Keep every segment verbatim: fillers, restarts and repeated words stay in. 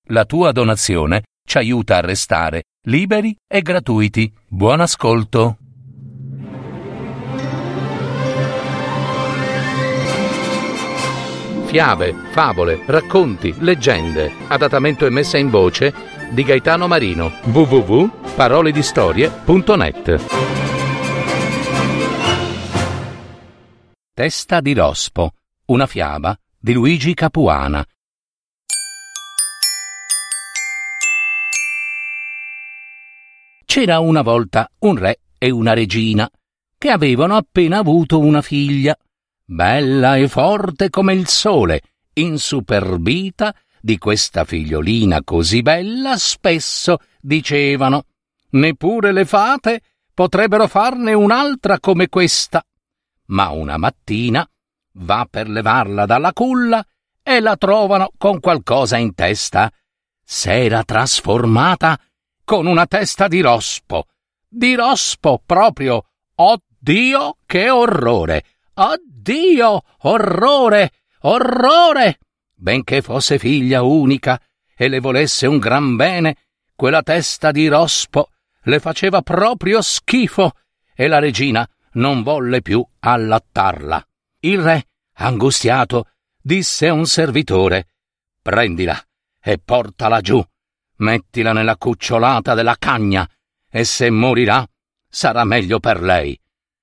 La tua donazione ci aiuta a restare liberi e gratuiti. Buon ascolto. Fiabe, favole, racconti, leggende. Adattamento e messa in voce di Gaetano Marino. w w w punto paroledistorie punto net. Testa di rospo, una fiaba di Luigi Capuana. C'era una volta un re e una regina che avevano appena avuto una figlia, bella e forte come il sole. Insuperbita di questa figliolina così bella, spesso dicevano: neppure le fate potrebbero farne un'altra come questa. Ma una mattina va per levarla dalla culla e la trovano con qualcosa in testa. S'era trasformata con una testa di rospo, di rospo proprio. Oddio, che orrore! Oddio, orrore, orrore! Benché fosse figlia unica e le volesse un gran bene, quella testa di rospo le faceva proprio schifo e la regina non volle più allattarla. Il re, angustiato, disse a un servitore: prendila e portala giù, mettila nella cucciolata della cagna e se morirà sarà meglio per lei.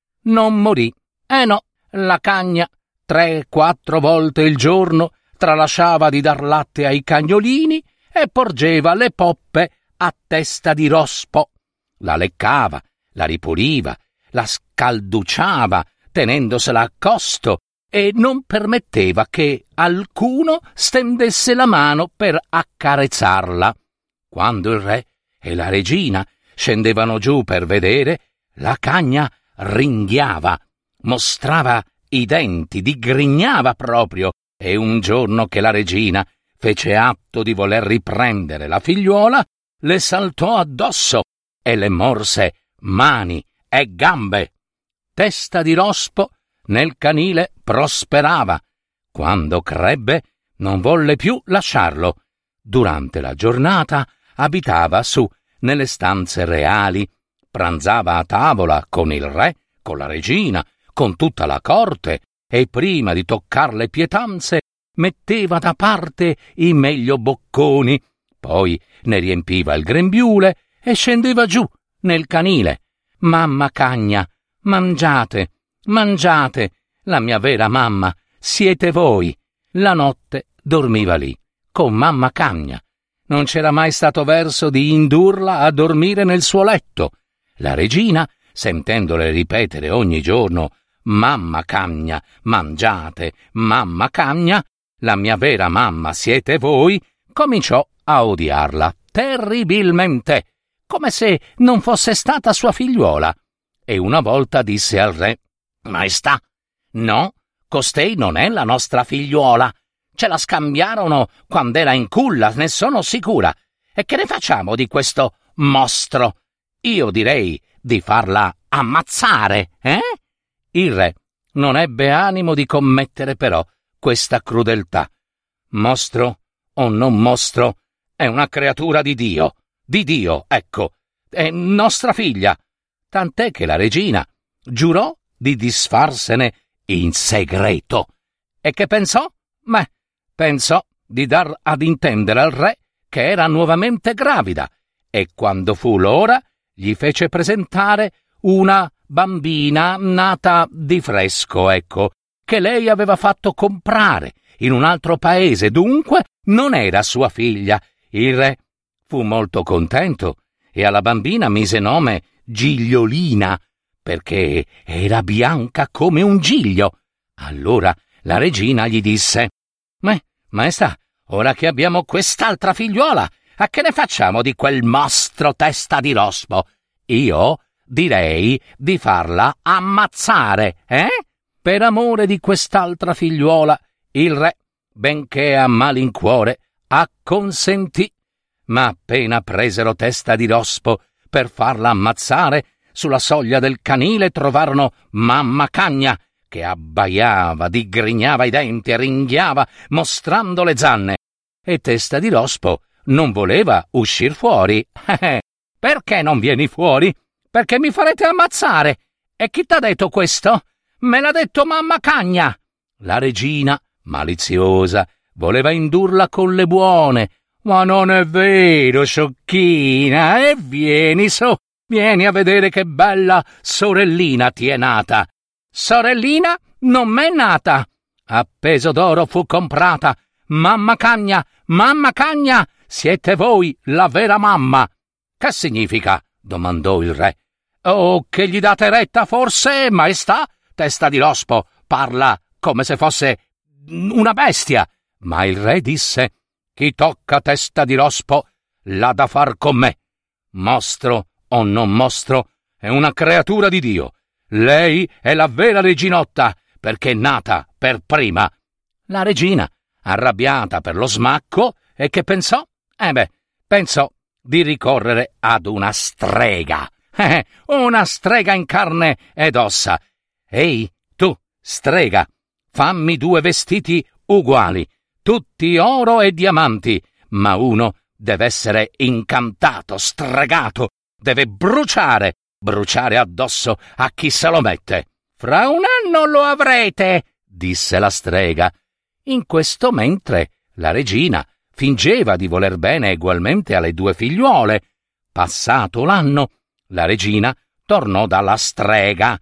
Non morì, eh no, la cagna tre, quattro volte il giorno tralasciava di dar latte ai cagnolini e porgeva le poppe a testa di rospo. La leccava, la ripuliva, la scalducciava tenendosela accosto e non permetteva che alcuno stendesse la mano per accarezzarla. Quando il re e la regina scendevano giù per vedere, la cagna ringhiava, mostrava i denti, digrignava proprio, e un giorno che la regina fece atto di voler riprendere la figliuola, le saltò addosso e le morse mani e gambe. Testa di rospo nel canile prosperava. Quando crebbe non volle più lasciarlo. Durante la giornata abitava su nelle stanze reali, pranzava a tavola con il re, con la regina, con tutta la corte, e prima di toccar le pietanze metteva da parte i meglio bocconi, poi ne riempiva il grembiule e scendeva giù nel canile. Mamma cagna, mangiate, mangiate, la mia vera mamma siete voi. La notte dormiva lì, con mamma cagna. Non c'era mai stato verso di indurla a dormire nel suo letto. La regina, sentendole ripetere ogni giorno «Mamma cagna, mangiate, mamma cagna, la mia vera mamma siete voi», cominciò a odiarla terribilmente, come se non fosse stata sua figliuola. E una volta disse al re: «Maestà, no, costei non è la nostra figliuola. Ce la scambiarono quando era in culla, ne sono sicura. E che ne facciamo di questo mostro? Io direi di farla ammazzare, eh?» Il re non ebbe animo di commettere però questa crudeltà. Mostro o non mostro, è una creatura di Dio, di Dio, ecco, è nostra figlia. Tant'è che la regina giurò di disfarsene in segreto. E che pensò? Beh, pensò di dar ad intendere al re che era nuovamente gravida, e quando fu l'ora gli fece presentare una bambina nata di fresco, ecco, che lei aveva fatto comprare in un altro paese, dunque non era sua figlia. Il re fu molto contento e alla bambina mise nome Gigliolina, perché era bianca come un giglio. Allora la regina gli disse: «Ma, maestà, ora che abbiamo quest'altra figliuola, a che ne facciamo di quel mostro testa di rospo? Io direi di farla ammazzare, eh?» Per amore di quest'altra figliuola, il re, benché a malincuore, acconsentì. Ma appena presero testa di rospo per farla ammazzare, sulla soglia del canile trovarono mamma cagna, che abbaiava, digrignava i denti e ringhiava, mostrando le zanne. E testa di rospo non voleva uscir fuori. Perché non vieni fuori? Perché mi farete ammazzare. E chi t'ha detto questo? Me l'ha detto mamma Cagna. La regina, maliziosa, voleva indurla con le buone. Ma non è vero, sciocchina, e vieni su, vieni a vedere che bella sorellina ti è nata. Sorellina non m'è nata. A peso d'oro fu comprata. Mamma Cagna, mamma Cagna, siete voi la vera mamma. Che significa? Domandò il re. Oh, che gli date retta forse, maestà? Testa di rospo, parla come se fosse una bestia. Ma il re disse: chi tocca Testa di Rospo l'ha da far con me. Mostro o non mostro, è una creatura di Dio. Lei è la vera reginotta, perché è nata per prima. La regina, arrabbiata per lo smacco, e che pensò? Eh beh, pensò di ricorrere ad una strega. Eh, una strega in carne ed ossa. Ehi, tu, strega, fammi due vestiti uguali, tutti oro e diamanti, ma uno deve essere incantato, stregato, deve bruciare, bruciare addosso a chi se lo mette. Fra un anno lo avrete, disse la strega. In questo mentre la regina fingeva di voler bene egualmente alle due figliuole. Passato l'anno, la regina tornò dalla strega.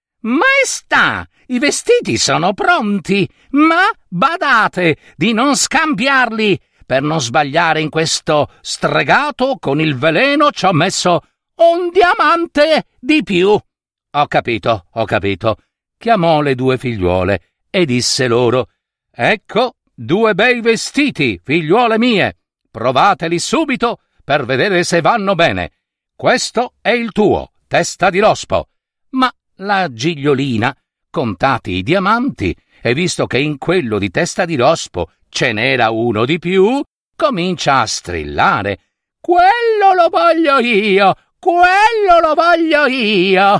Maestà, i vestiti sono pronti, ma badate di non scambiarli. Per non sbagliare in questo stregato con il veleno ci ho messo un diamante di più. Ho capito, ho capito. Chiamò le due figliuole e disse loro: ecco due bei vestiti, figliuole mie. Provateli subito per vedere se vanno bene. Questo è il tuo, Testa di Rospo. Ma la Gigliolina, contati i diamanti, e visto che in quello di Testa di Rospo ce n'era uno di più, comincia a strillare. Quello lo voglio io, quello lo voglio io.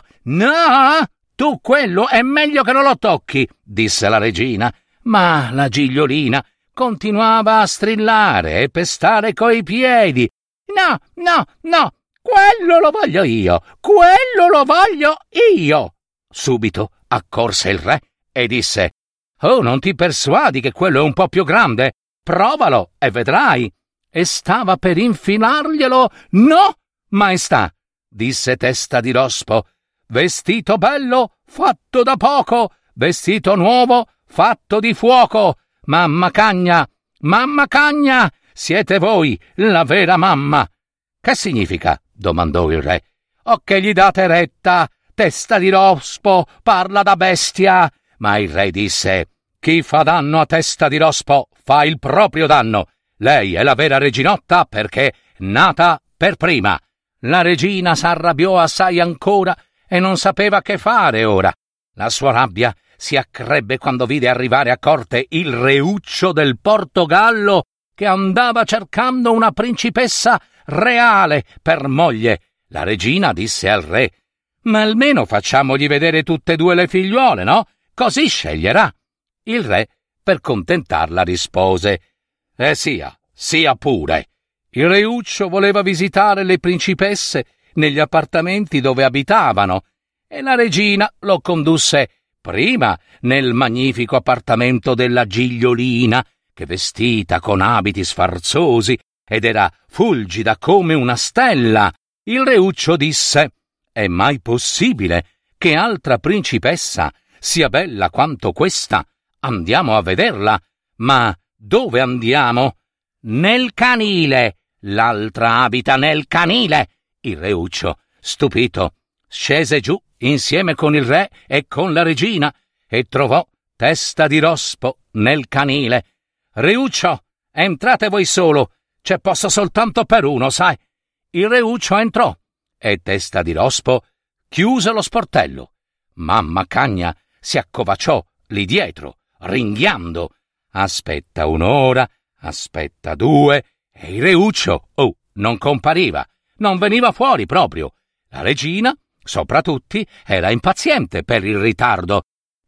No, tu quello è meglio che non lo tocchi, disse la regina. Ma la Gigliolina continuava a strillare e pestare coi piedi. No, no, no, quello lo voglio io, quello lo voglio io. Subito accorse il re e disse: oh, non ti persuadi che quello è un po' più grande? Provalo e vedrai. E stava per infilarglielo. No, maestà, disse Testa di Rospo. Vestito bello, fatto da poco, vestito nuovo, fatto di fuoco. Mamma Cagna, mamma Cagna, siete voi la vera mamma. Che significa? Domandò il re. O che gli date retta, Testa di Rospo, parla da bestia. Ma il re disse: chi fa danno a Testa di Rospo fa il proprio danno. Lei è la vera reginotta perché nata per prima. La regina s'arrabbiò assai ancora e non sapeva che fare ora. La sua rabbia si accrebbe quando vide arrivare a corte il reuccio del Portogallo che andava cercando una principessa reale per moglie. La regina disse al re: ma almeno facciamogli vedere tutte e due le figliuole, no? Così sceglierà. Il re, per contentarla, rispose: eh sia, sia pure. Il reuccio voleva visitare le principesse negli appartamenti dove abitavano e la regina lo condusse prima nel magnifico appartamento della Gigliolina, che vestita con abiti sfarzosi ed era fulgida come una stella. Il reuccio disse: è mai possibile che altra principessa sia bella quanto questa? Andiamo a vederla. Ma dove andiamo? Nel canile. L'altra abita nel canile. Il reuccio, stupito, scese giù insieme con il re e con la regina e trovò Testa di Rospo nel canile. Reuccio, entrate voi solo, c'è posto soltanto per uno, sai. Il reuccio entrò e Testa di Rospo chiuse lo sportello. Mamma Cagna si accovacciò lì dietro, ringhiando. Aspetta un'ora, aspetta due, e il reuccio, oh, non compariva, non veniva fuori proprio. La regina, sopra tutti, era impaziente per il ritardo.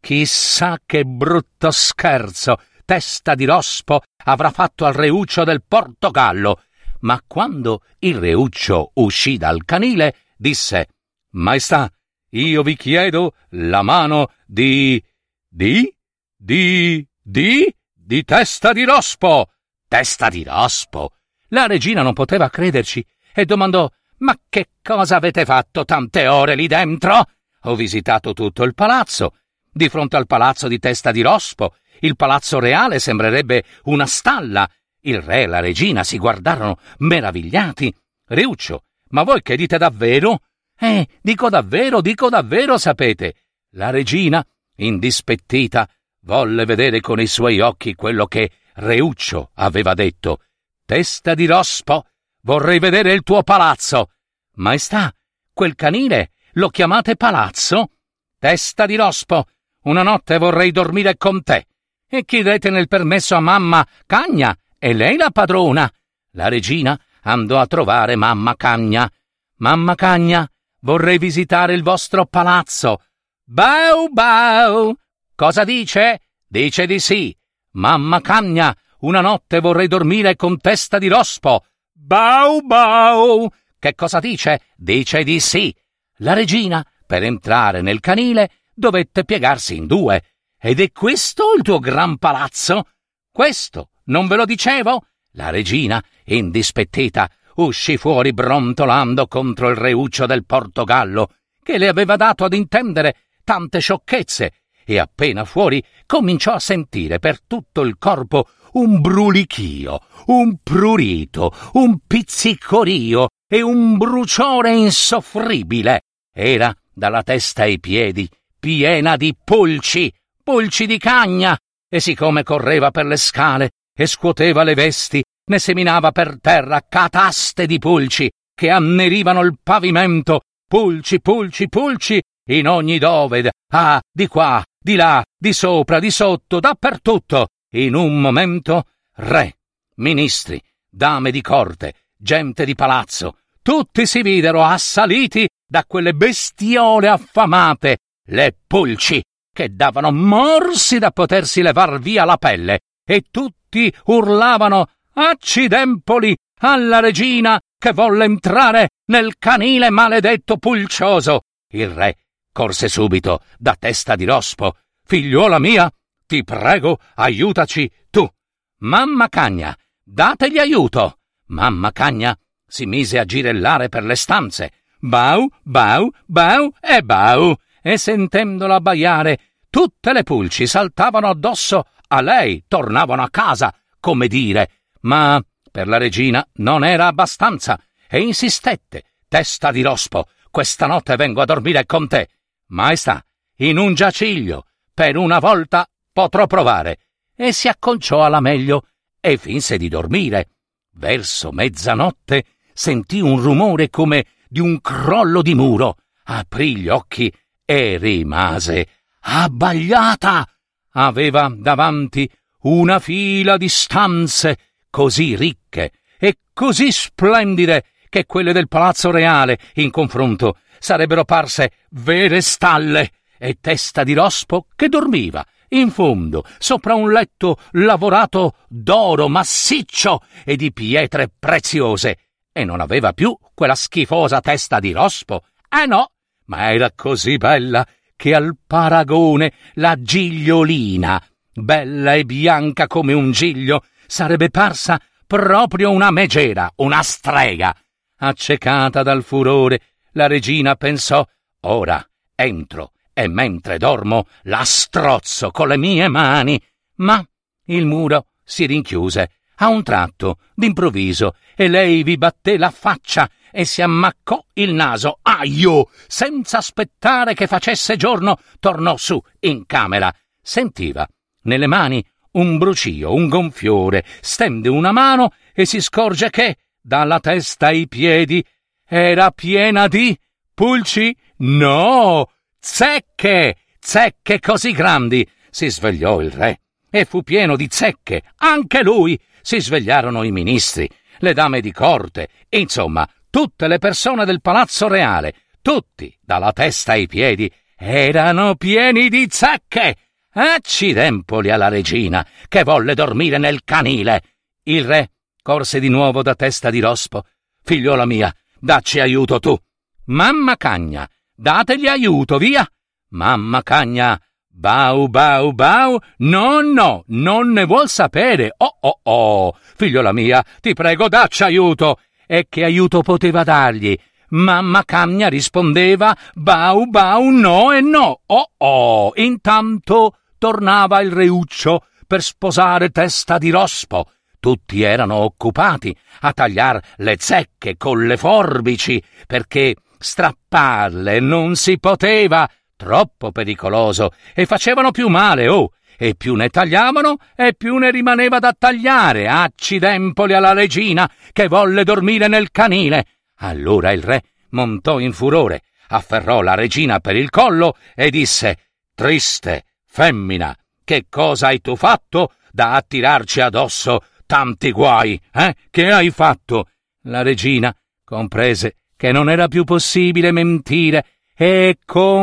Chissà che brutto scherzo Testa di Rospo avrà fatto al reuccio del Portogallo. ma quando il reuccio uscì dal canile, disse: «Maestà, io vi chiedo la mano di... di... di... di... di Testa di Rospo!» Testa di Rospo? La regina non poteva crederci e domandò: «Ma che cosa avete fatto tante ore lì dentro?» «Ho visitato tutto il palazzo. Di fronte al palazzo di Testa di Rospo, il palazzo reale sembrerebbe una stalla». Il re e la regina si guardarono meravigliati. «Reuccio, ma voi che dite davvero?» «Eh, dico davvero, dico davvero, sapete». La regina, indispettita, volle vedere con i suoi occhi quello che Reuccio aveva detto. «Testa di Rospo, vorrei vedere il tuo palazzo». «Maestà, quel canile lo chiamate palazzo?» «Testa di Rospo, una notte vorrei dormire con te. E chiedete nel permesso a mamma Cagna, è lei la padrona». La regina andò a trovare mamma Cagna. «Mamma Cagna, vorrei visitare il vostro palazzo». «Bau bau! Cosa dice?» «Dice di sì». «Mamma Cagna, una notte vorrei dormire con Testa di Rospo». «Bau bau!» «Che cosa dice?» «Dice di sì». La regina, per entrare nel canile, dovette piegarsi in due. «Ed è questo il tuo gran palazzo?» «Questo, non ve lo dicevo?» La regina, indispettita, uscì fuori brontolando contro il reuccio del Portogallo, che le aveva dato ad intendere tante sciocchezze, e appena fuori cominciò a sentire per tutto il corpo un brulichio, un prurito, un pizzicorio e un bruciore insoffribile. Era dalla testa ai piedi piena di pulci, pulci di cagna, e siccome correva per le scale e scuoteva le vesti, ne seminava per terra cataste di pulci che annerivano il pavimento, pulci, pulci, pulci, in ogni dove, ah, di qua, di là, di sopra, di sotto, dappertutto. In un momento, re, ministri, dame di corte, gente di palazzo, tutti si videro assaliti da quelle bestiole affamate, le pulci, che davano morsi da potersi levar via la pelle, e tutti urlavano «Accidempoli alla regina che volle entrare nel canile maledetto pulcioso». Il re corse subito da Testa di Rospo. «Figliuola mia, ti prego, aiutaci tu». «Mamma Cagna, dategli aiuto». Mamma Cagna si mise a girellare per le stanze. Bau, bau, bau e bau, e sentendola abbaiare, tutte le pulci saltavano addosso a lei, tornavano a casa, come dire. Ma per la regina non era abbastanza, e insistette: «Testa di Rospo, questa notte vengo a dormire con te». «Maestà, in un giaciglio, per una volta potrò provare». E si acconciò alla meglio e finse di dormire. Verso mezzanotte sentì un rumore come di un crollo di muro. Aprì gli occhi e rimase abbagliata. Aveva davanti una fila di stanze così ricche e così splendide che quelle del Palazzo Reale, in confronto, sarebbero parse vere stalle, e Testa di Rospo che dormiva in fondo sopra un letto lavorato d'oro massiccio e di pietre preziose, e non aveva più quella schifosa testa di rospo. Eh no, ma era così bella che al paragone la Gigliolina, bella e bianca come un giglio, sarebbe parsa proprio una megera, una strega. Accecata dal furore, la regina pensò: ora entro e mentre dormo la strozzo con le mie mani. Ma il muro si rinchiuse a un tratto, d'improvviso, e lei vi batté la faccia e si ammaccò il naso. Aio! Senza aspettare che facesse giorno, tornò su in camera. Sentiva nelle mani un brucio, un gonfiore, stende una mano e si scorge che, dalla testa ai piedi, era piena di pulci? No! Zecche! Zecche così grandi! Si svegliò il re e fu pieno di zecche, anche lui. Si svegliarono i ministri, le dame di corte, insomma, tutte le persone del Palazzo Reale, tutti, dalla testa ai piedi, erano pieni di zecche. Accidempoli alla regina, che volle dormire nel canile. Il re corse di nuovo da Testa di Rospo. «Figliola mia, dacci aiuto tu!» «Mamma Cagna, dategli aiuto, via!» «Mamma Cagna, bau bau bau, no no, non ne vuol sapere, oh oh oh, figliola mia, ti prego, dacci aiuto!» E che aiuto poteva dargli? Mamma Cagna rispondeva bau bau no e no, oh oh. Intanto tornava il reuccio per sposare Testa di Rospo. Tutti erano occupati a tagliar le zecche con le forbici, perché strapparle non si poteva, troppo pericoloso, e facevano più male, oh, e più ne tagliavano e più ne rimaneva da tagliare. Accidempoli alla regina, che volle dormire nel canile. Allora il re montò in furore, afferrò la regina per il collo e disse: «Triste femmina, che cosa hai tu fatto da attirarci addosso tanti guai, eh? Che hai fatto?» La regina comprese che non era più possibile mentire e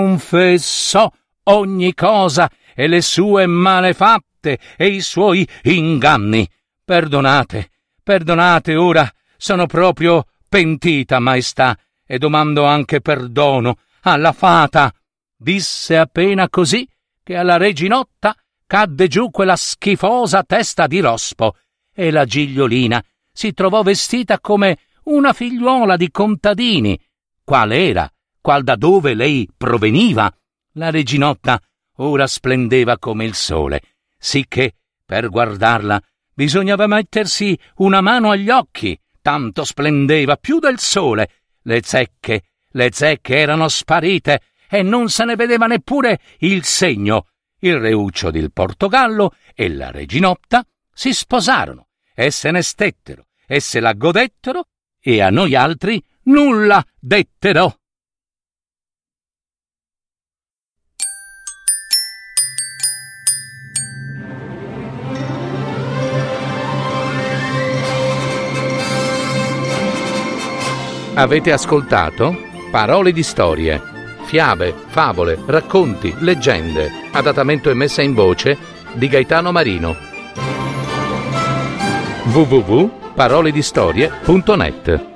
confessò ogni cosa e le sue malefatte e i suoi inganni. «Perdonate, perdonate, ora sono proprio pentita, maestà, e domando anche perdono alla fata», disse appena così che alla reginotta cadde giù quella schifosa Testa di Rospo e la Gigliolina si trovò vestita come una figliuola di contadini. Qual era? Qual da dove lei proveniva? La reginotta ora splendeva come il sole, sicché per guardarla bisognava mettersi una mano agli occhi, tanto splendeva più del sole. Le zecche, le zecche erano sparite e non se ne vedeva neppure il segno. Il reuccio del Portogallo e la reginotta si sposarono e se ne stettero e se la godettero e a noi altri nulla dettero. Avete ascoltato Parole di storie, fiabe, favole, racconti, leggende, adattamento e messa in voce di Gaetano Marino. w w w punto paroledistorie punto net